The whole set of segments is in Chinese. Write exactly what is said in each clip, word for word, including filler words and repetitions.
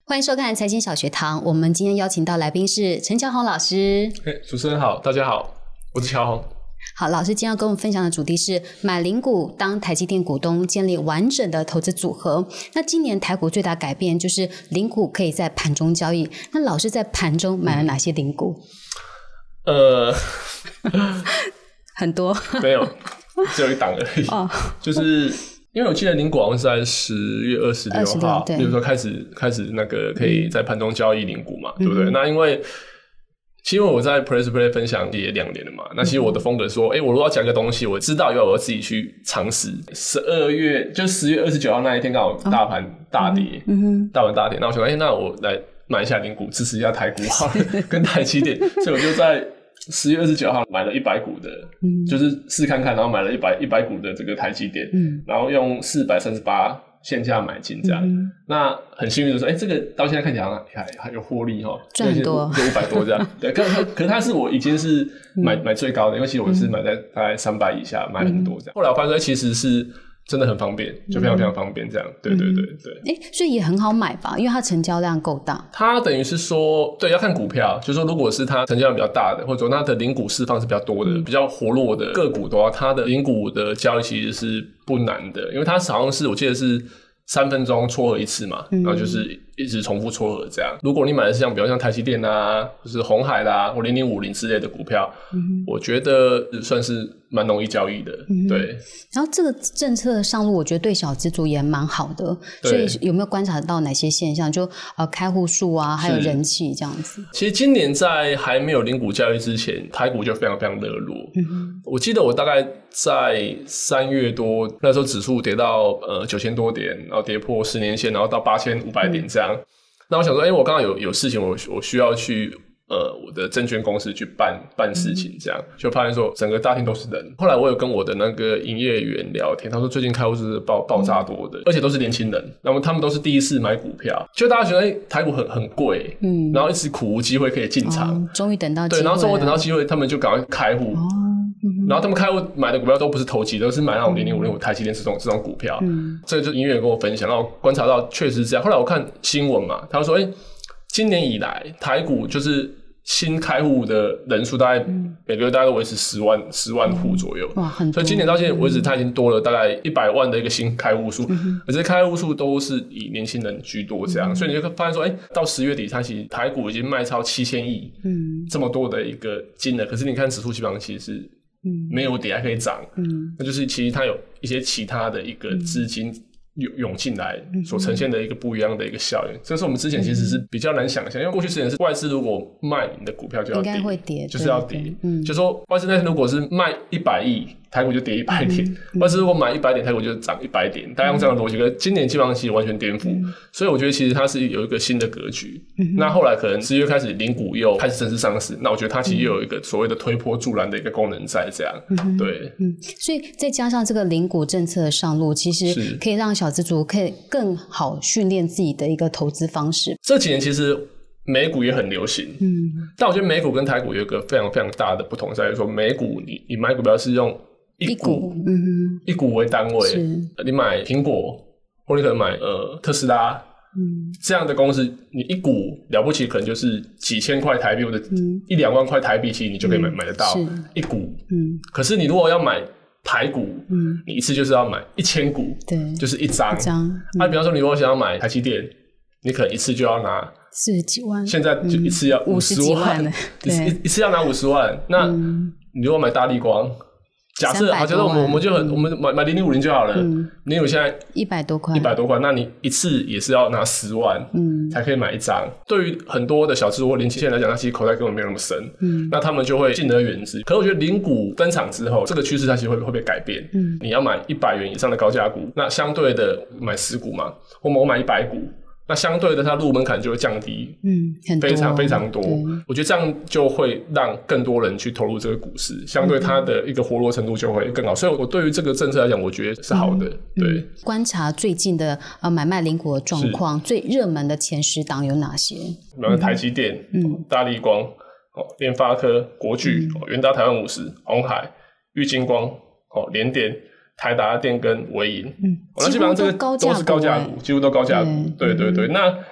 欢迎收看财经小学堂，我们今天邀请到来宾是陈乔宏老师。 hey, 主持人好，大家好，我是乔宏。 好，老师今天要跟我们分享的主题是买零股当台积电股东，建立完整的投资组合。那今年台股最大改变就是零股可以在盘中交易，那老师在盘中买了哪些零股？ 呃， 很多， 没有，只有一档而已。哦，就是因为我记得零股好像是在十月二十六号，比如说开始开始那个可以在盘中交易零股嘛，嗯，对不对？那因为其实我在 Press Play 分享也两年了嘛，那其实我的风格说，哎，嗯，我如果要讲一个东西，我知道以后我要自己去尝试。十二月就十月二十九号那一天刚好大盘大跌，嗯哼，大盘大跌，那我想，哎，那我来买一下零股，支持一下台股好了，跟台积电，所以我就在十月二十九号买了一百股的，嗯，就是试看看，然后买了一百一百股的这个台积电，嗯，然后用四百三十八现价买进这样，嗯，那很幸运的说，哎，这个到现在看起来还还有获利哈， 赚很多， 就五百多这样，对，可可可是它是我已经是买，嗯，买最高的，因为其实我是买在大概三百以下，买很多这样，嗯，后来我发现其实是真的很方便，就非常非常方便这样，嗯，对对对对。 欸，所以也很好买吧，因为它成交量够大。 它等于是说，对，要看股票，就是说如果是它成交量比较大的，或者说它的零股释放是比较多的，嗯，比较活络的个股的话，它的零股的交易其实是不难的，因为它好像是我记得是三分钟撮合一次嘛，嗯，然后就是一直重复撮合这样。如果你买的是像比较像台积电啊，就是鸿海啦或零零五零之类的股票，嗯，我觉得算是蛮容易交易的，嗯，对。 然后这个政策上路，我觉得对小资族也蛮好的，所以有没有观察到哪些现象？就呃开户数啊，还有人气这样子。 其实今年在还没有零股交易之前，台股就非常非常热络。嗯，我记得我大概在三月多那时候，指数跌到呃九千多点，然后跌破十年线，然后到八千五百点这样。嗯，那我想说，哎，欸，我刚刚有有事情我，我我需要去呃我的证券公司去办办事情，这样，嗯，就发现说整个大厅都是人。后来我有跟我的那个营业员聊天，他说最近开户是爆爆炸多的，嗯，而且都是年轻人，那么他们都是第一次买股票，就大家觉得，欸，台股很很贵，嗯，然后一直苦无机会可以进场， 终，哦，于等到机会， 对，然后终于等到机会，他们就赶快开户。哦，嗯，然后他们开户买的股票都不是投机，都是买那种零零五零五台积电这种这种股票。嗯，这个就营业员跟我分享，然后观察到确实是这样。后来我看新闻嘛，他说，哎，欸，今年以来台股就是新开户的人数大概，嗯，每个月大概都维持十万十万户左右，嗯，哇，很多。所以今年到现在为止，它已经多了大概一百万的一个新开户数，嗯，而这些开户数都是以年轻人居多，这样，嗯，所以你就发现说，哎，欸，到十月底，它其实台股已经卖超七千亿，嗯，这么多的一个金额，可是你看指数基本上其实是嗯没有跌还可以涨，嗯，那就是其实它有一些其他的一个资金，嗯，涌进来所呈现的一个不一样的一个效应，这是我们之前其实是比较难想象，因为过去之前是外资如果卖你的股票就要跌， 应该会跌， 就是要跌，嗯，就说外资那天如果是卖一百亿，台股就跌一百点，嗯，外资如果买一百点，台股就涨一百点，大家用这样的逻辑，可是今年基本上其实完全颠覆，嗯，所以我觉得其实它是有一个新的格局，嗯，那后来可能十月开始零股又开始正式上市，那我觉得它其实又有一个所谓的推波助澜的一个功能在这样，嗯，对， 嗯，所以再加上这个零股政策的上路，其实可以让小资族可以更好训练自己的一个投资方式。 这几年其实美股也很流行，嗯，但我觉得美股跟台股有一个非常非常大的不同，在于说美股你你买股票是用一股, 一, 股嗯、一股为单位，你买苹果或你可能买呃特斯拉，嗯，这样的公司，你一股了不起可能就是几千块台币或者一两万块台币，其实你就可以买、嗯、买得到一股，嗯，可是你如果要买台股，嗯，你一次就是要买一千股，对，就是一张，一张。嗯、啊，比方说你如果想要买台积电，你可能一次就要拿四十几万， 现在就一次要五十万，嗯、一, 一次要拿五十万。那、嗯、你如果买大立光，假设好，假设我们我们就很、嗯、我们买买零零五零就好了，零零五现在一百多块， 一百多块，那你一次也是要拿十万，嗯，才可以买一张。对于很多的小资或年轻人来讲，他其实口袋根本没有那么深，嗯，那他们就会敬而远之。可是我觉得零股登场之后，这个趋势它其实会会被改变，嗯，你要买一百元以上的高价股，那相对的买十股嘛，我们我买一百股。那相对的，它入门槛就会降低，嗯，很多非常非常多。我觉得这样就会让更多人去投入这个股市，相对它的一个活络程度就会更好。所以，我对于这个政策来讲，我觉得是好的。嗯、对、嗯， 观察最近的呃买卖零股的状况，最热门的前十档有哪些？ 比方说台积电、嗯、大立光、哦联发科、国巨、嗯、元大台湾五十、鸿海、玉晶光、哦联电。台达电跟微银，嗯，那基本上这个都是高价股，几乎都高价股，对对对。那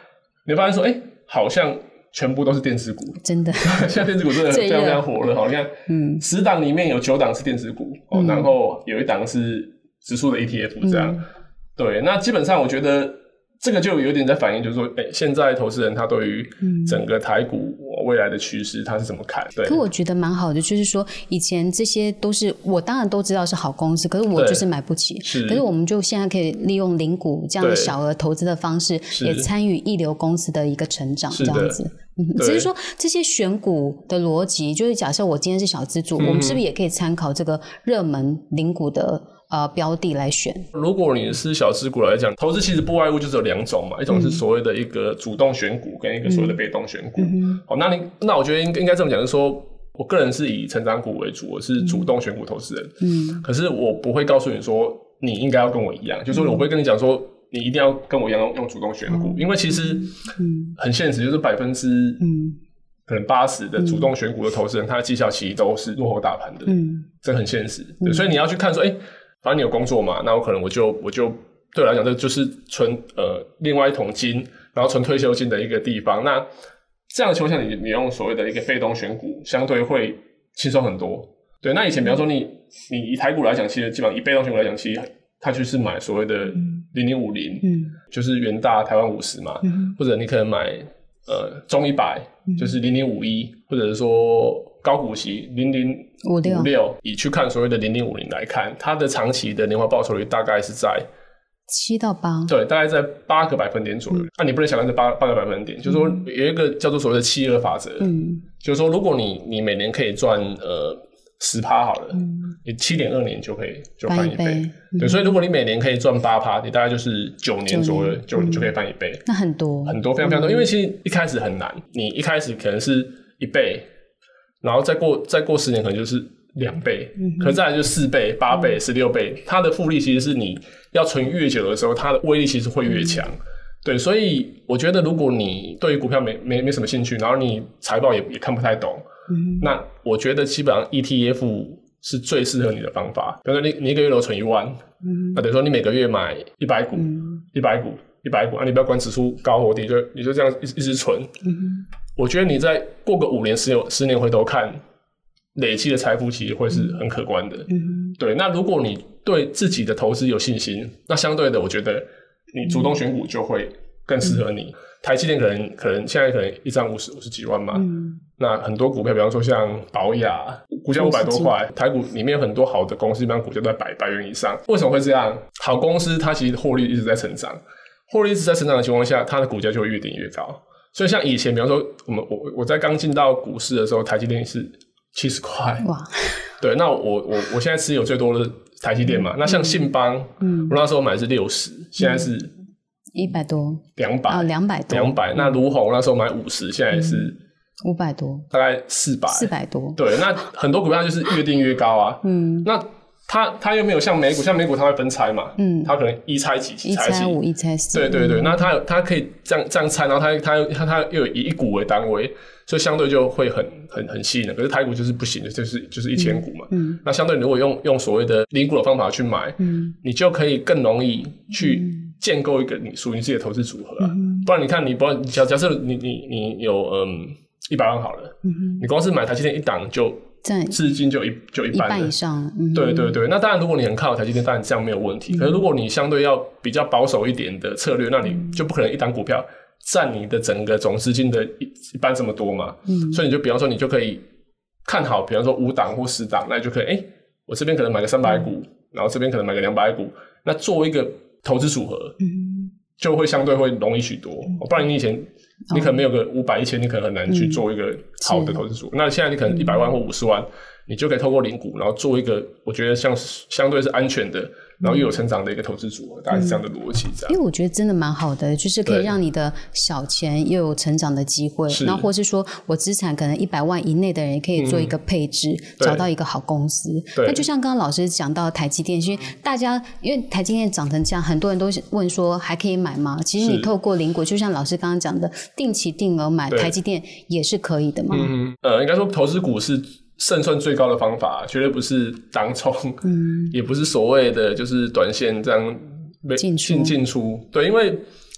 你会发现说，哎、欸，好像全部都是电子股， 真的。 现在电子股真的非常非常火热。好，你看，嗯，十档里面有九档是电子股，哦、嗯，然后有一档是指数的 E T F 这样。嗯、对，那基本上我觉得这个就有点在反映，就是说，哎、欸，现在投资人他对于整个台股未来的趋势他是怎么看？对。 可我觉得蛮好的，就是说以前这些都是我当然都知道是好公司，可是我就是买不起。是。可是我们就现在可以利用零股这样的小额投资的方式，也参与一流公司的一个成长，这样子。嗯，只是说这些选股的逻辑，就是假设我今天是小资主、嗯，我们是不是也可以参考这个热门零股的呃标的来选？如果你是小资股来讲，投资其实不外乎就是有两种嘛，一种是所谓的一个主动选股，跟一个所谓的被动选股。嗯、好，那你那我觉得应应该这么讲，就是说我个人是以成长股为主，我是主动选股投资人。嗯，可是我不会告诉你说你应该要跟我一样，就是说我不会跟你讲说。你一定要跟我一样用主动选股、嗯，因为其实很现实，就是百分之可能八十的主动选股的投资人，他的绩效其实都是落后大盘的，嗯，这很现实。对，所以你要去看说，哎、欸，反正你有工作嘛，那我可能我就我就对我来讲，这就是纯呃另外一桶金，然后纯退休金的一个地方。那这样的情况下，你你用所谓的一个被动选股，相对会轻松很多。对，那以前比方说你你以台股来讲，其实基本上以被动选股来讲，其实他就是买所谓的零零五零，就是元大台湾五十嘛、嗯，或者你可能买呃中一百，就是零零五一，或者是说高股息零零五六，以去看所谓的零零五零来看，它的长期的年化报酬率大概是在七到八， 对，大概在八个百分点左右。那、嗯啊、你不能想看这八八个百分点，嗯、就是说有一个叫做所谓的七二法则，嗯，就是说如果你你每年可以赚呃。十趴好了，嗯、你七点二年就可以就翻一倍，嗯、对，所以如果你每年可以赚八趴，你大概就是九年左右就、嗯、就可以翻一倍， 那很多很多非常非常多、嗯，因为其实一开始很难，你一开始可能是一倍，然后再过再过十年可能就是两倍，嗯、可是再来就四倍、八倍、十六倍，它的复利其实是你要存越久的时候，它的威力其实会越强。嗯对，所以我觉得如果你对于股票没没没什么兴趣，然后你财报也也看不太懂，嗯，那我觉得基本上 E T F 是最适合你的方法。比如说你你一个月都存一万，嗯，那等于说你每个月买一百股，一百股，一百股，啊，你不要管指数高或低，就你就这样一直一直存，嗯，我觉得你再过个五年、十年、十年回头看，累积的财富其实会是很可观的，嗯，对。那如果你对自己的投资有信心，那相对的，我觉得。你主动选股就会更适合你。嗯、台积电可能可能现在可能一张五十五十几万嘛、嗯，那很多股票，比方说像宝雅，股价五百多块，台股里面有很多好的公司，一般股价都在百百元以上。为什么会这样？好公司它其实获利一直在成长，获利一直在成长的情况下，它的股价就会越顶越高。所以像以前，比方说我们我我在刚进到股市的时候，台积电是七十块，哇，对，那我我我现在持有最多的。台积电嘛，嗯、那像信邦，嗯，我那时候买的是六十，现在是一百多， 两百， 啊，两百多， 两百。那如虹那时候买五十，现在是五百多， 大概四百， 四百多。 对，那很多股票就是越定越高啊，嗯，那它它又没有像美股，像美股它会分拆嘛，嗯，它可能一拆几，几拆几， 一拆五，一拆四， 对对对，嗯、那它它可以这样这样拆，然后它它它它又以一股为单位。所以相对就会很很很吸引人，可是台股就是不行的，就是就是一千股嘛。嗯，那相对你如果用用所谓的零股的方法去买，嗯，你就可以更容易去建构一个你属于自己的投资组合啊。嗯、不然你看你不假假设你你你有嗯一百万好了，嗯，你光是买台积电一档就资金就一就一半了， 一半以上。嗯、 对对对，那当然如果你很靠台积电，当然这样没有问题。嗯、可是如果你相对要比较保守一点的策略，那你就不可能一档股票。占你的整个总资金的一一半这么多嘛，嗯，所以你就比方说你就可以看好，比方说五档或十档，那你就可以，哎、欸，我这边可能买个三百股、嗯，然后这边可能买个两百股，那做一个投资组合，嗯，就会相对会容易许多。嗯、不然你以前你可能没有个五百一千，你可能很难去做一个好的投资组合。嗯、那现在你可能一百万或五十万、嗯，你就可以透过零股，然后做一个我觉得像相对是安全的。然后又有成长的一个投资组合，大概是这样的逻辑。这样， 因为我觉得真的蛮好的，就是可以让你的小钱又有成长的机会，然后或是说我资产可能一百万以内的人也可以做一个配置，嗯、找到一个好公司。那就像刚刚老师讲到台积电，因为大家因为台积电涨成这样，很多人都问说还可以买吗？其实你透过零股，就像老师刚刚讲的，定期定额买台积电也是可以的嘛。 嗯，呃，应该说投资股是。胜算最高的方法绝对不是当冲，嗯，也不是所谓的就是短线这样进进进出，对，因为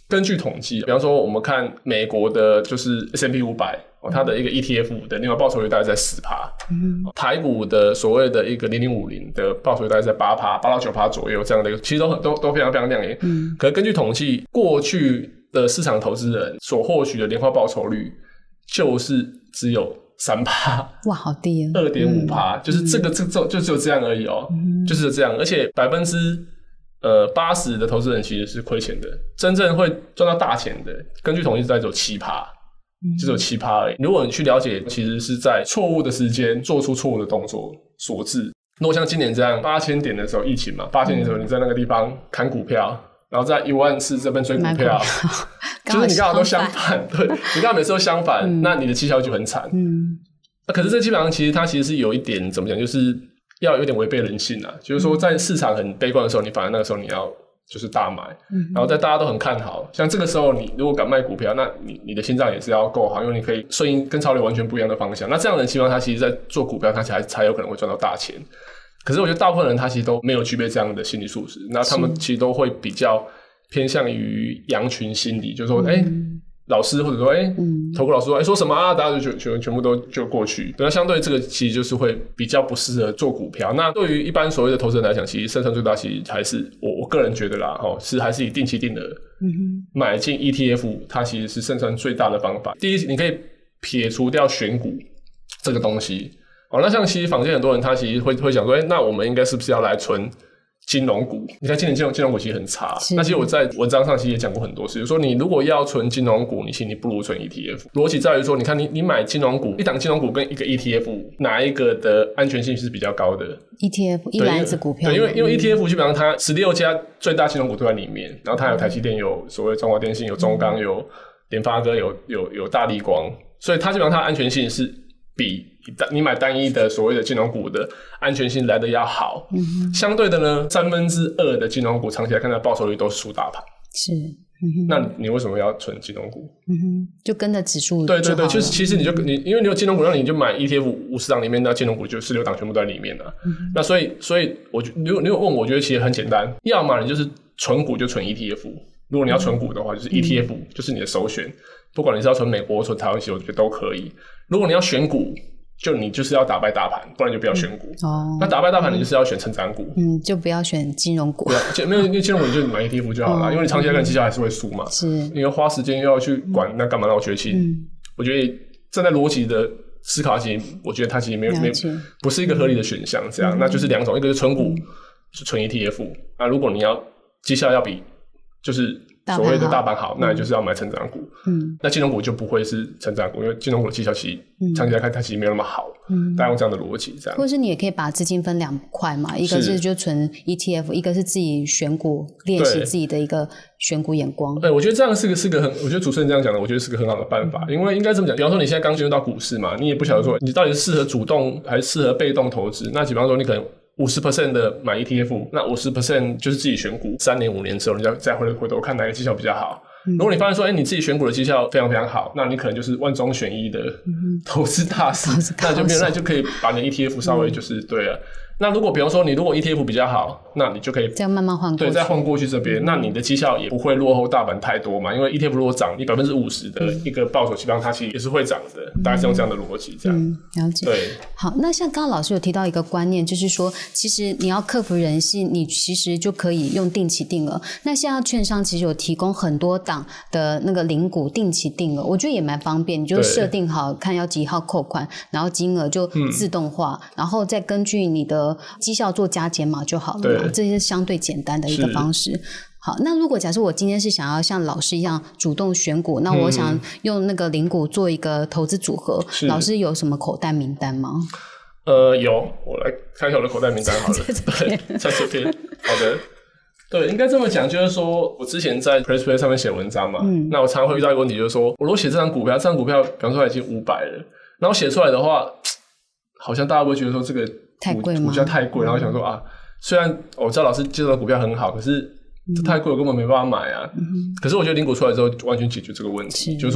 根据统计，比方说我们看美国的就是 S and P 五百、哦、它的一个 E T F 的年化报酬率大概在 百分之十、嗯哦、台股的所谓的一个零零五零的报酬率大概在 百分之八 百分之八到 百分之九 左右，这样的一个其实都很都都非常非常亮眼、嗯、可是根据统计，过去的市场投资人所获取的年化报酬率就是只有 百分之三， 哇好低啊二点五 就是这个、嗯、这就就只有这样而已哦、嗯、就是这样，而且百分之呃，八十的投资人其实是亏钱的，真正会赚到大钱的，根据统计是在只有 百分之七、嗯、就只有 百分之七 而已。如果你去了解，其实是在错误的时间做出错误的动作所致。如果像今年这样八千点的时候，疫情嘛，八千点的时候你在那个地方砍股票，然后在一万四这边追股票，就是你刚好都相反，对，你刚好每次都相反，嗯、那你的绩效就很惨。嗯，那可是这基本上其实它其实是有一点怎么讲，就是要有点违背人性啊，就是说在市场很悲观的时候，你反而那个时候你要就是大买，嗯、然后在大家都很看好，像这个时候你如果敢卖股票，那你你的心脏也是要够好，因为你可以顺应跟潮流完全不一样的方向。那这样的人情况，他其实在做股票，他才才有可能会赚到大钱。可是我觉得大部分人他其实都没有具备这样的心理素质，那他们其实都会比较偏向于羊群心理，就是说，哎、嗯。欸老师或者说哎、欸嗯，投顾老师说哎、欸、说什么啊，大家就全全部都就过去。那相对这个其实就是会比较不适合做股票。那对于一般所谓的投资人来讲，其实胜算最大其实还是我我个人觉得啦，哦，是还是以定期定额买进 E T F， 它其实是胜算最大的方法。第一，你可以撇除掉选股这个东西。哦，那像其实坊间很多人他其实会会想说，哎、欸，那我们应该是不是要来存金融股？你看今年金融金融股其实很差，那其实我在文章上其实也讲过很多次，就是说你如果要存金融股，你其实你不如存 E T F。逻辑在于说，你看你你买金融股，一档金融股跟一个 E T F， 哪一个的安全性是比较高的 ？E T F 一篮子股票， 对，因为因为 E T F 基本上它十六家最大金融股都在里面，然后它有台积电，有所谓中华电信，有中钢，有联发科，有有有大立光，所以它基本上它的安全性是比你买单一的所谓的金融股的安全性来的要好。嗯、相对的呢，三分之二的金融股长期来看它的报酬率都输大盘。 是、嗯， 那你为什么要存金融股？ 嗯哼，就跟着指数。 对对对，就是其实你就你因为你有金融股，那你就买 E T F 五十档里面的金融股就十六档全部都在里面了。嗯、那所以所以我如果你有问我，我觉得其实很简单，要么你就是存股就存 E T F， 如果你要存股的话，就是 E T F、嗯、就是你的首选，不管你是要存美国、存台湾期，我觉得都可以。如果你要选股，就你就是要打败大盘，不然就不要选股。嗯、哦，那打败大盘，你就是要选成长股。 嗯，就不要选金融股。 对，没有，因为金融股你就买 E T F 就好了，哦、因为你长期来看绩效还是会输嘛。是，你要花时间又要去管，那干嘛让我学习？嗯，我觉得站在逻辑的思考，其实我觉得它其实没有没有不是一个合理的选项。这样，嗯、那就是两种，一个是存股，是存 E T F。那如果你要绩效要比就是所谓的大盘好，那你就是要买成长股。嗯，那金融股就不会是成长股，因为金融股的绩效其实、嗯、长期来看它其实没有那么好。嗯，大家用这样的逻辑这样。 或者是你也可以把资金分两块嘛，一个是就存 E T F， 一个是自己选股，练习自己的一个选股眼光。 对，我觉得这样是个是个很，我觉得主持人这样讲的，我觉得是个很好的办法。嗯、因为应该这么讲，比方说你现在刚进入到股市嘛，你也不晓得说你到底是适合主动还是适合被动投资。那比方说你可能百分之五十 的买 E T F， 那 百分之五十 就是自己选股，三年五年之后，你再再回回头看哪个绩效比较好。嗯、如果你发现说，哎、欸，你自己选股的绩效非常非常好，那你可能就是万中选一的投资大师，嗯、那就没有，那你就可以把你的 E T F 稍微就是、嗯、对了。那如果比方说你如果 E T F 比较好，那你就可以这样慢慢换过去， 对，再换过去这边，嗯、那你的绩效也不会落后大盘太多嘛，因为 E T F 如果涨，你 百分之五十 的一个报酬，基本上它其实也是会涨的，嗯、大概是用这样的逻辑这样。 嗯，了解。 对， 好，那像刚刚老师有提到一个观念，就是说，其实你要克服人性，你其实就可以用定期定额。那现在券商其实有提供很多档的那个零股定期定额，我觉得也蛮方便，你就设定好看要几号扣款，然后金额就自动化，嗯、然后再根据你的绩效做加减码就好了嘛，这是相对简单的一个方式。好，那如果假设我今天是想要像老师一样主动选股，那我想用那个零股做一个投资组合，嗯、老师有什么口袋名单吗？ 呃，有，我来看一下我的口袋名单好了。对，在这边。好的。对，应该这么讲，就是说我之前在 PressPlay 上面写文章嘛，嗯、那我常常会遇到一个问题，就是说我如果写这张股票，这张股票比方说已经五百了，然后写出来的话，好像大家会觉得说这个太贵吗？ 股价太贵，然后想说啊，虽然我知道老师介绍的股票很好，可是这太贵，我根本没办法买啊。嗯、可是我觉得零股出来之后，完全解决这个问题，是就是说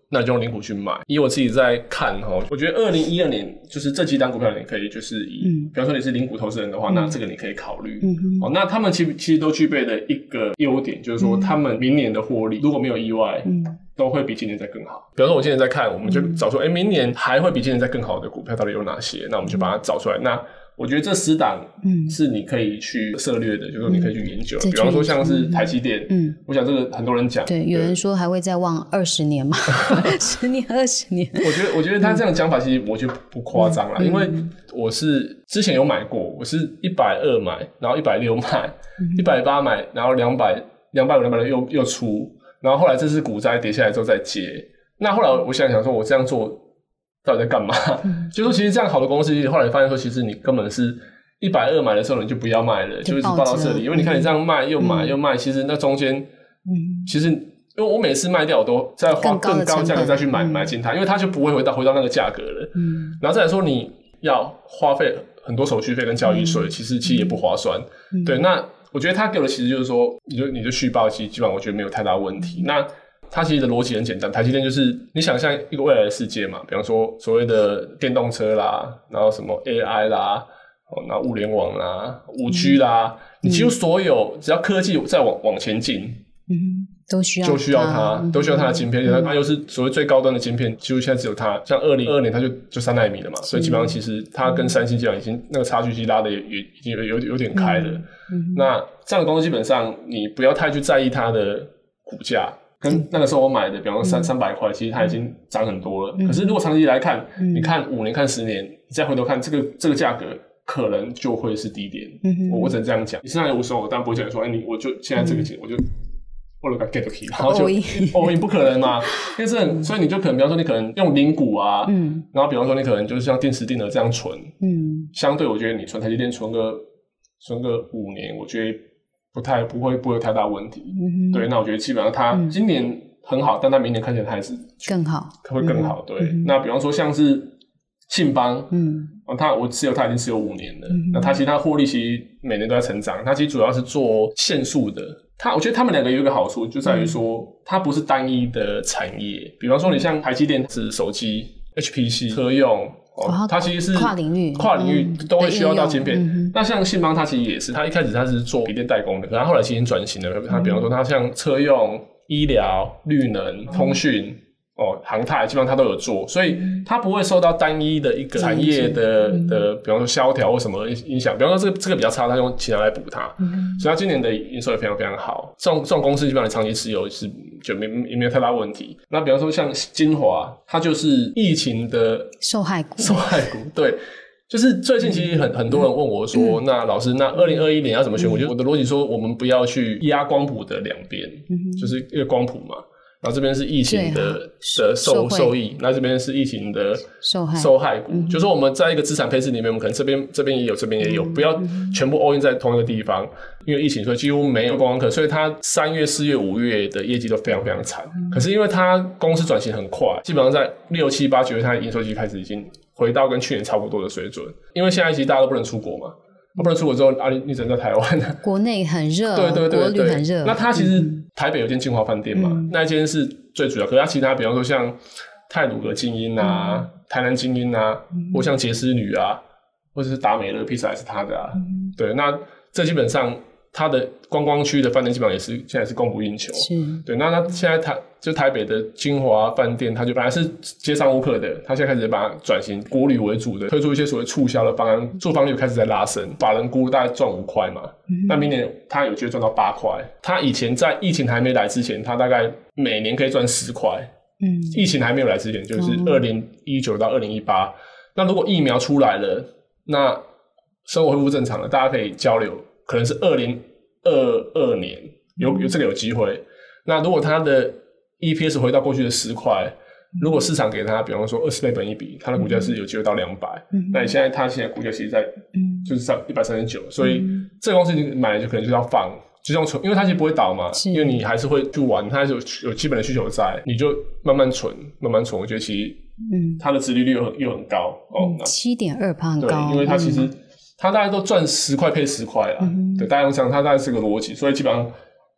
那你就用零股去买。以我自己在看齁，我觉得二零一二年就是这几档股票你可以就是以、嗯、比方说你是零股投资人的话、嗯、那这个你可以考虑、嗯哦、那他们其实其实都具备的一个优点就是说他们明年的获利如果没有意外、嗯、都会比今年再更好。比方说我今年在看，我们就找出哎、嗯，明年还会比今年再更好的股票到底有哪些，那我们就把它找出来。那我觉得这十档是你可以去涉猎的、嗯、就是说你可以去研究、嗯、比方说像是台积电，嗯，我想这个很多人讲， 对，有人说还会再望二十年嘛十年二十年， 我觉得我觉得他这样讲法其实我觉得不夸张啦、嗯、因为我是之前有买过，我是一百二买，然后一百六卖，一百八买，然后两百两百五两百六又又出，然后后来这次股灾跌下来之后再接。那后来我想想说我这样做到底在干嘛、嗯、就说其实这样好的公司后来发现说其实你根本是一百二买的时候你就不要卖了，就一直抱到这里，因为你看你这样卖又买、嗯、又卖，其实那中间、嗯、其实因为我每次卖掉我都再花更高价格再去买、嗯、买进它，因为它就不会回到回到那个价格了、嗯、然后再来说你要花费很多手续费跟交易税、嗯、其实其实也不划算、嗯、对，那我觉得他给我的其实就是说你就你就续报，其实基本上我觉得没有太大问题。那它其实的逻辑很简单，台积电就是你想象一个未来的世界嘛，比方说所谓的电动车啦，然后什么 A I 啦，然后物联网啦 五 G 啦、嗯、你几乎所有只要科技再往往前进、 嗯、都需要就需要它、嗯、都需要它的晶片，它、嗯、又是所谓最高端的晶片，几乎现在只有它，像二零二二年它就就三奈米了嘛，所以基本上其实它跟三星基本上已经那个差距其实拉的也也已经有有有点开了、嗯嗯、那这样的公司基本上你不要太去在意它的股价，跟那个时候我买的比方说三三百块其实它已经涨很多了、嗯、可是如果长期来看、嗯、你看五年看十年你再回头看这个这个价格可能就会是低点、嗯、我我只能这样讲。你现在有五十万我当然不会讲说哎、欸，你我就现在这个钱、嗯、我就我就 get 起然后就 all in 不可能嘛因为这所以你就可能比方说你可能用零股啊、嗯、然后比方说你可能就是像定时定额这样存、嗯、相对我觉得你存台积电存个存个五年我觉得不太不会不会有太大问题、嗯、对，那我觉得基本上它今年很好、嗯、但它明年看起来它还是更好会更好、嗯、对、嗯、那比方说像是信邦嗯，它我持有它已经持有五年了、嗯、那它其实它获利其实每年都在成长，它其实主要是做线束的，它我觉得他们两个有一个好处就在于说、嗯、它不是单一的产业，比方说你像台积电是手机 H P C 车用哦，它其实是跨领域跨领域都会需要到晶片、嗯、那像信邦它其实也是，它一开始它是做笔电代工的，可是它后来其实转型了，它比方说它像车用医疗绿能通讯哦，航太基本上它都有做，所以它不会受到单一的一个产业的、嗯、的比方说萧条或什么影响，比方说这个这个比较差，它用其他来补它、嗯、所以它今年的营收也非常非常好，这种这种公司基本上长期持有是就没也没有太大问题。那比方说像精华，它就是疫情的受害股受害股对，就是最近其实很、嗯、很多人问我说、嗯、那老师那二零二一年要怎么选、嗯、我觉得我的逻辑说我们不要去压光谱的两边、嗯、就是一个光谱嘛，然后这边是疫情的的受受益，那这边是疫情的受害受害股、嗯、就是说我们在一个资产配置里面，我们可能这边这边也有，这边也有、嗯、不要全部 all in 在同一个地方，因为疫情所以几乎没有观光客，所以它三月四月五月的业绩都非常非常惨、嗯、可是因为它公司转型很快，基本上在六七八九月它的营收期开始已经回到跟去年差不多的水准，因为现在其实大家都不能出国嘛，不能出国之后啊你你只能在台湾， 国内很热， 对对对对， 国旅很热。 那它其实台北有间金华饭店嘛、嗯、那一间是最主要，可是它其他比方说像太鲁阁精英啊、嗯、台南精英啊、嗯、或像杰斯旅啊，或者是达美乐披萨也是它的啊、嗯、对，那这基本上它的观光区的饭店基本上也是现在是供不应求，是对。那它现在台就台北的金华饭店，它就本来是接商务客的，它现在开始把它转型国旅为主的，推出一些所谓促销的方案，住房率开始在拉升，法人估大概赚五块嘛、嗯、那明年它有机会赚到八块，它以前在疫情还没来之前它大概每年可以赚十块，嗯，疫情还没有来之前就是二零一九到二零一八，那如果疫苗出来了，那生活恢复正常了，大家可以交流，可能是二零二二年有有这个有机会。那如果它的 E P S 回到过去的十块，如果市场给它比方说二十倍本益比，它的股价是有机会到两百、嗯、那你现在它现在股价其实在、嗯、就是在一百三十九，所以这个公司你买了就可能就要放，就像存，因为它其实不会倒嘛，因为你还是会去玩，它还是 有, 有基本的需求在，你就慢慢存慢慢存，我觉得其实它的殖利率又很又很高哦， 七点二%很高， 对，因为它其实、嗯它大概都赚十块配十块啦、嗯，对，大家用这样，它大概是个逻辑，所以基本上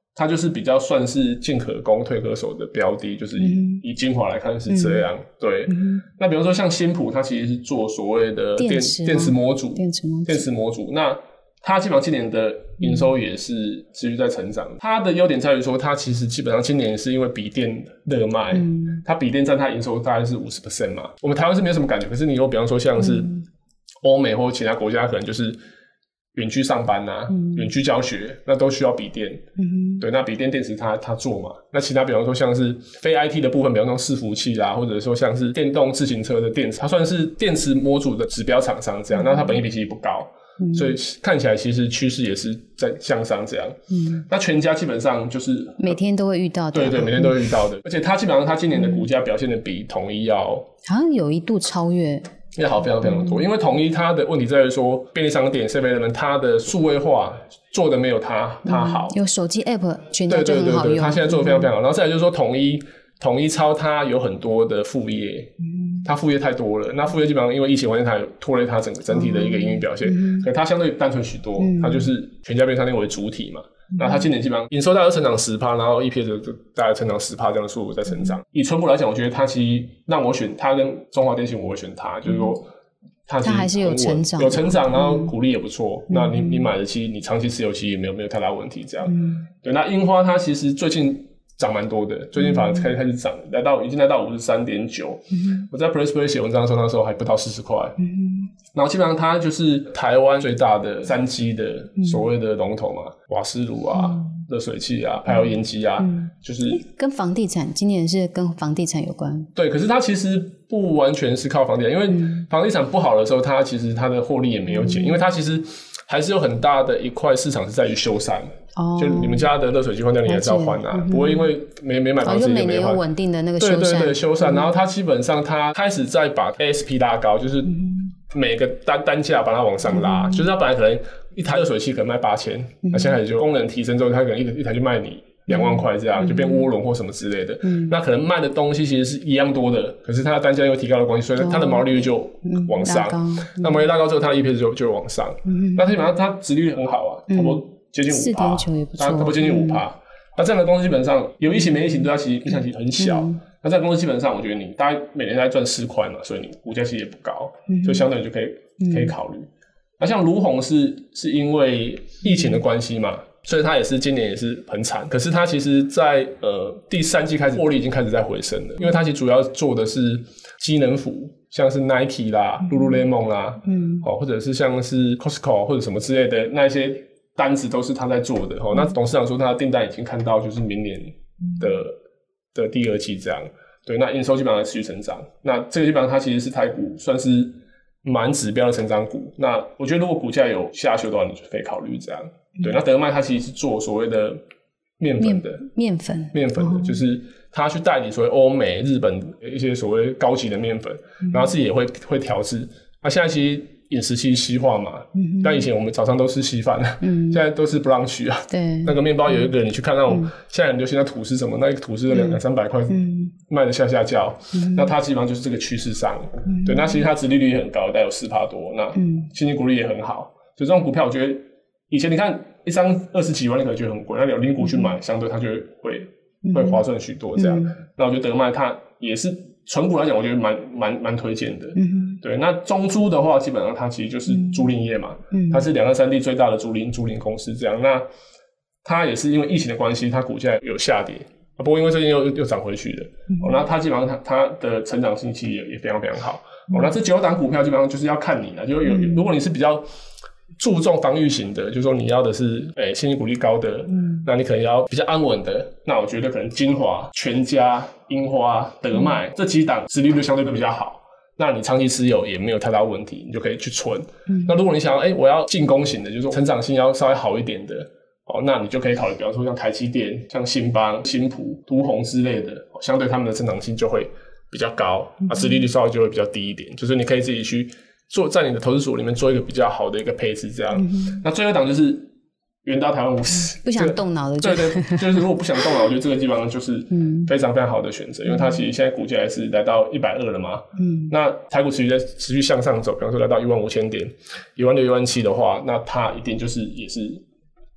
它就是比较算是进可攻退可守的标的，就是以、嗯、以精华来看是这样。嗯、对、嗯，那比如说像新普，它其实是做所谓的电电池电池模组， 电池模组， 电池模组。那它基本上今年的营收也是持续在成长。嗯、它的优点在于说，它其实基本上今年是因为笔电热卖，嗯、它笔电占它营收大概是 百分之五十 嘛。我们台湾是没有什么感觉，可是你有比方说像是欧美或其他国家，可能就是远距上班啊，远、嗯、距教学，那都需要笔电。嗯，对，那笔电电池它它做嘛，那其他比方说像是非 I T 的部分，比方说伺服器啦，或者说像是电动自行车的电池，它算是电池模组的指标厂商这样，嗯、那它本益比其实不高。嗯、所以看起来其实趋势也是在向上这样。嗯，那全家基本上就是每天都会遇到的。 对对，每天都会遇到的。嗯、而且它基本上它今年的股价表现的比统一要好像有一度超越。 要好非常非常多，嗯、因为统一它的问题在于说，便利商店 seven eleven 它的数位化做的没有它它好。 有手机 app 全家就很好用。对对对对， 它现在做的非常非常好。嗯、然后再来就是说，统一统一超它有很多的副业。嗯，它副业太多了，那副业基本上因为疫情环境，它有拖累它整个整体的一个营运表现，嗯、可它相对单纯许多，嗯、它就是全家便利商店为主体嘛。嗯、那它今年基本上营收大概成长 百分之十， 然后 E P S 就大概成长 百分之十 这样的速度在成长。嗯、以存股来讲，我觉得它其实让我选它跟中华电信，我会选它，嗯、就是说它还是有成长， 有成长，然后股利也不错。嗯、那你你买的其实你长期持有其实也没有没有太大问题这样。嗯、对，那樱花它其实最近涨蛮多的，最近反而开始开始涨，来到已经来到 五十三点九。我在 Press Play 写文章的时候，那时候还不到四十块。嗯、然后基本上它就是台湾最大的三 G 的所谓的龙头嘛，嗯、瓦斯炉啊、热、嗯、水器啊，还有烟机啊，嗯、就是跟房地产，今年是跟房地产有关。 对，可是它其实不完全是靠房地产，因为房地产不好的时候，它其实它的获利也没有减，嗯、因为它其实还是有很大的一块市场是在于修缮。哦，就你们家的热水器换掉，你还是要换啊，嗯、不会因为没没买房子也没换。 每年有稳定的那个修缮， 对对对，修缮。嗯、然后它基本上它开始在把 A S P 拉高，就是每个单单价把它往上拉，嗯、就是它本来可能一台热水器可能卖八千，那现在就功能提升之后，它可能一一台就卖你两万块这样，嗯、就变涡轮或什么之类的。嗯、那可能卖的东西其实是一样多的，可是它的单价又提高的关系，所以它的毛利率就往上。嗯、那毛利率拉高之后，它的 E P S 就就往上。嗯、那基本上它殖利率很好啊，差不多接近 百分之五， 它差不多接近 百分之五。那这样的公司基本上有疫情没疫情，对它其实影响其实很小。嗯、那这样的公司基本上，我觉得你大概每年大概赚四块嘛，所以你股价其实也不高，嗯、所以相对你就可以可以考虑。嗯、那像卢鸿是是因为疫情的关系嘛，所以它也是今年也是很惨。可是它其实在呃第三季开始获利已经开始在回升了，因为它其实主要做的是机能服，像是 Nike 啦、嗯、Lululemon 啦，嗯，哦，或者是像是 Costco 或者什么之类的那一些。单子都是他在做的。嗯、那董事长说他的订单已经看到就是明年的、嗯、的第二季这样。对，那营收基本上持续成长。那这个基本上它其实是台股算是蛮指标的成长股。那我觉得如果股价有下修的话，你就可以考虑这样。嗯、对，那德麦它其实是做所谓的面粉的面粉面粉的，哦、就是他去代理所谓欧美、日本一些所谓高级的面粉，嗯、然后自己也会会调制。那现在其实饮食其实西化嘛，嗯、但以前我们早上都吃稀饭，嗯、现在都是 brunch 啊。对，那个面包有一个，你去看那种、嗯、现在很流行的吐司什么，那一个吐司有两两三百块，卖的下下叫。嗯、那它基本上就是这个趋势上，嗯、对。那其实它殖利率也很高，大概有 百分之四 多，那现金股利也很好。所以这种股票，我觉得以前你看一张二十几万，你可能觉得很贵，那有零股去买，嗯、相对它就会会划算许多这样。嗯、那我觉得德麦它也是纯股来讲，我觉得蛮蛮蛮推荐的。嗯对，那中租的话，基本上它其实就是租赁业嘛，嗯、它是两岸三地最大的租赁租赁公司这样。那它也是因为疫情的关系，它股价有下跌，不过因为最近又又涨回去了。嗯哦、那它基本上它它的成长性其实也也非常非常好。嗯哦、那这九档股票基本上就是要看你了，就有、嗯、如果你是比较注重防御型的，就是说你要的是诶现金股利高的，嗯、那你可能要比较安稳的。那我觉得可能精华、全家、樱花、德麦、嗯、这几档殖利率相对都比较好。那你长期持有也没有太大问题，你就可以去存。嗯、那如果你想要，哎、欸，我要进攻型的，就是说成长性要稍微好一点的，哦，那你就可以考虑，比方说像台积电、像信邦、新普、都宏之类的，哦、相对他们的成长性就会比较高，啊，殖利率稍微就会比较低一点。就是你可以自己去做，在你的投资组里面做一个比较好的一个配置，这样。嗯、那最后一档就是元大台湾五十， 不想动脑的就， 对对，就是如果不想动脑，我觉得这个基本上就是非常非常好的选择，嗯、因为它其实现在股价也是来到一百二了嘛，嗯，那台股持续在持续向上走，比方说来到一万五千点、一万六、一万七的话，那它一定就是也是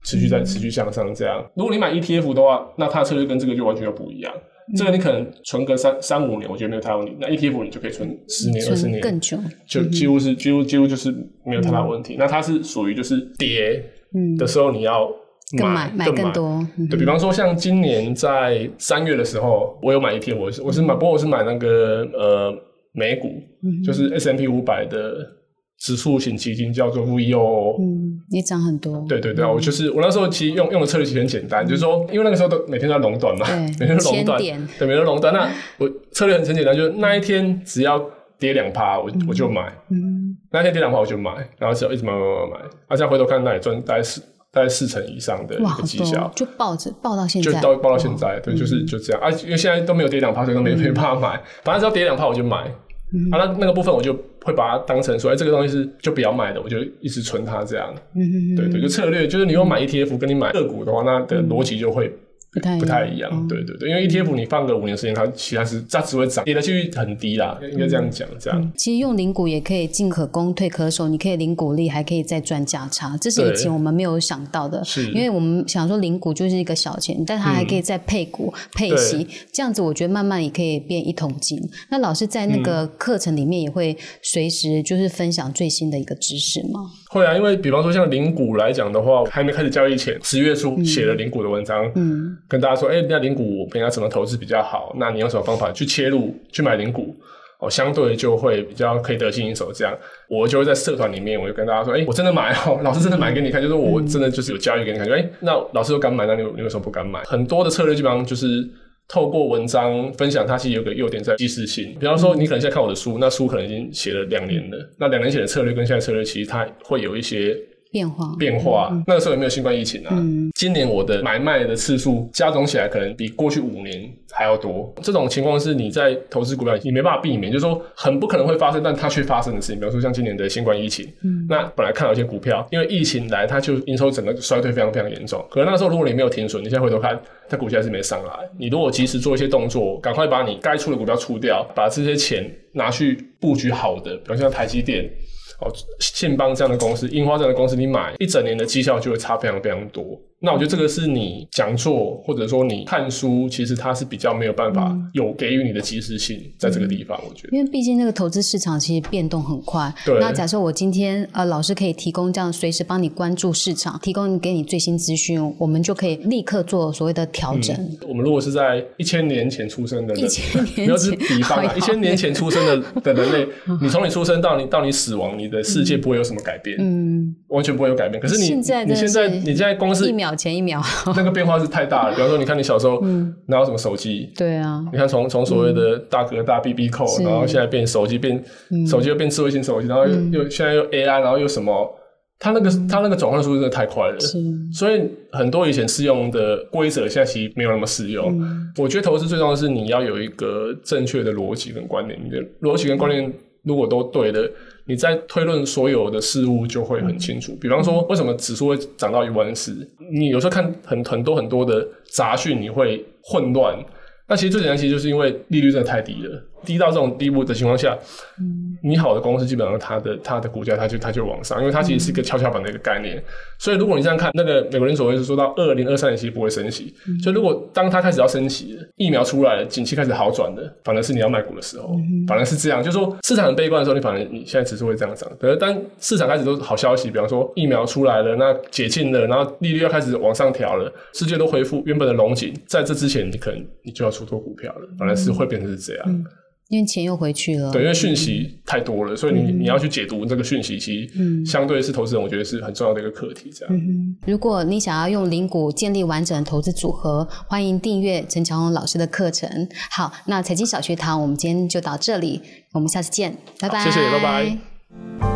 持续在持续向上这样。如果你买 E T F 的话，那它的策略跟这个就完全又不一样。这个你可能存个三三五年，我觉得没有太大问题。那 E T F 你就可以存十年、二十年， 更久， 就几乎是、嗯、几乎几乎就是没有太大问题。嗯、那它是属于就是跌的时候你要买、 更买买更多。 嗯、对，比方说像今年在三月的时候，我有买 E T F， 我是我是买，不过我是买那个呃美股，嗯、就是 S and P 五百的指数型基金，叫做 V O。 嗯，也涨很多。 对对对，嗯、我就是我那时候其实用用的策略其实很简单，嗯、就是说，因为那个时候都每天都在垄断嘛，每天都垄断，对，每天都垄断。那我策略很很简单，就是那一天只要跌两趴，我、嗯、我就买。嗯，那一天跌两趴我就买，然后只要一直买买买买，啊，这样回头看那也赚大概四大概四成以上的一个绩效， 就抱着抱到现在， 就到抱到现在，对，就是就这样啊。因为现在都没有跌两趴，所以都没没办法买，反正只要跌两趴我就买。嗯、啊，那那个部分我就会把它当成说，哎、欸，这个东西是就不要卖的，我就一直存它这样。嗯，对对，就策略就是你用买 E T F 跟你买个股的话，那的逻辑就会不太不太一样。嗯、对对对，因为 E T F 你放个五年时间，它其实是它只会涨，跌的几率很低啦，应该这样讲。这样、嗯， 其实用零股也可以进可攻退可守，你可以零股利，还可以再赚价差，这是以前我们没有想到的。是，因为我们想说零股就是一个小钱，但它还可以再配股、嗯、配息，这样子我觉得慢慢也可以变一桶金。那老师在那个课程里面也会随时就是分享最新的一个知识吗？ 会啊，因为比方说像零股来讲的话，还没开始交易前，十月初写了零股的文章，嗯，跟大家说，哎、欸，那零股平常怎么投资比较好？那你用什么方法去切入去买零股？哦，相对就会比较可以得心应手。这样，我就会在社团里面，我就跟大家说，哎、欸，我真的买哦，老师真的买给你看，就是我真的就是有交易给你看，就哎、欸，那老师都敢买，那你你为什么不敢买？很多的策略基本上就是透过文章分享，它其实有个优点在即时性。比方说，你可能现在看我的书，那书可能已经写了两年了，那两年前的策略跟现在策略，其实它会有一些变化变化、嗯、那个时候也没有新冠疫情啊、嗯、今年我的买卖的次数加总起来可能比过去五年还要多。这种情况是你在投资股票你没办法避免，就是说很不可能会发生但它却发生的事情。比方说像今年的新冠疫情、嗯、那本来看到一些股票因为疫情来它就营收整个衰退非常非常严重，可是那时候如果你没有停损，你现在回头看它股价还是没上来，你如果及时做一些动作，赶快把你该出的股票出掉，把这些钱拿去布局好的，比方像台积电哦，信邦这样的公司，樱花这样的公司，你买一整年的绩效就会差非常非常多。那我觉得这个是你讲座或者说你看书，其实它是比较没有办法有给予你的及时性在这个地方。我觉得， 因为毕竟那个投资市场其实变动很快。 对。 那假设我今天呃老师可以提供这样随时帮你关注市场，提供给你最新资讯，我们就可以立刻做所谓的调整。 嗯、我们如果是在一千年前出生的人， 一千年前， 没有是比方啊，一千年前出生的的人类，你从你出生到你到你死亡，你的世界不会有什么改变，嗯，完全不会有改变。可是你现在你现在你现在光是一秒前一秒。 那个变化是太大了。比方说，你看你小时候哪有什么手机、嗯？对啊，你看从从所谓的大哥大 B B 扣、嗯，然后现在变手机，变、嗯、手机又变智慧型手机，然后又、嗯、又现在又 A I， 然后又什么？它那个、嗯、它那个转换速度真的太快了，是。所以很多以前适用的规则，现在其实没有那么适用。嗯、我觉得投资最重要的是你要有一个正确的逻辑跟观念，你的逻辑跟观念如果都对的。你在推论所有的事物就会很清楚。比方说，为什么指数会涨到一万四？你有时候看很很多很多的杂讯，你会混乱。那其实最简单，其实就是因为利率真的太低了，低到这种地步的情况下，嗯、你好的公司基本上它的它的股价它就它就往上，因为它其实是一个跷跷板的一个概念。嗯、所以如果你这样看，那个美国联储会是说到二零二三年其实不会升息，嗯、所以如果当它开始要升息了，疫苗出来了，景气开始好转了，反而是你要卖股的时候，嗯、反而是这样，就是说市场很悲观的时候，你反而你现在指数会这样涨。可是当市场开始都是好消息，比方说疫苗出来了，那解禁了，然后利率要开始往上调了，世界都恢复原本的龙景，在这之前你可能你就要出脱股票了，反而是会变成是这样。嗯， 因为钱又回去了。 对，因为讯息太多了，所以你、嗯、你要去解读这个讯息，其实相对是投资人我觉得是很重要的一个课题。这样、 嗯，如果你想要用零股建立完整的投资组合，欢迎订阅陈乔宏老师的课程。好，那财经小学堂我们今天就到这里，我们下次见，拜拜。 谢谢，拜拜。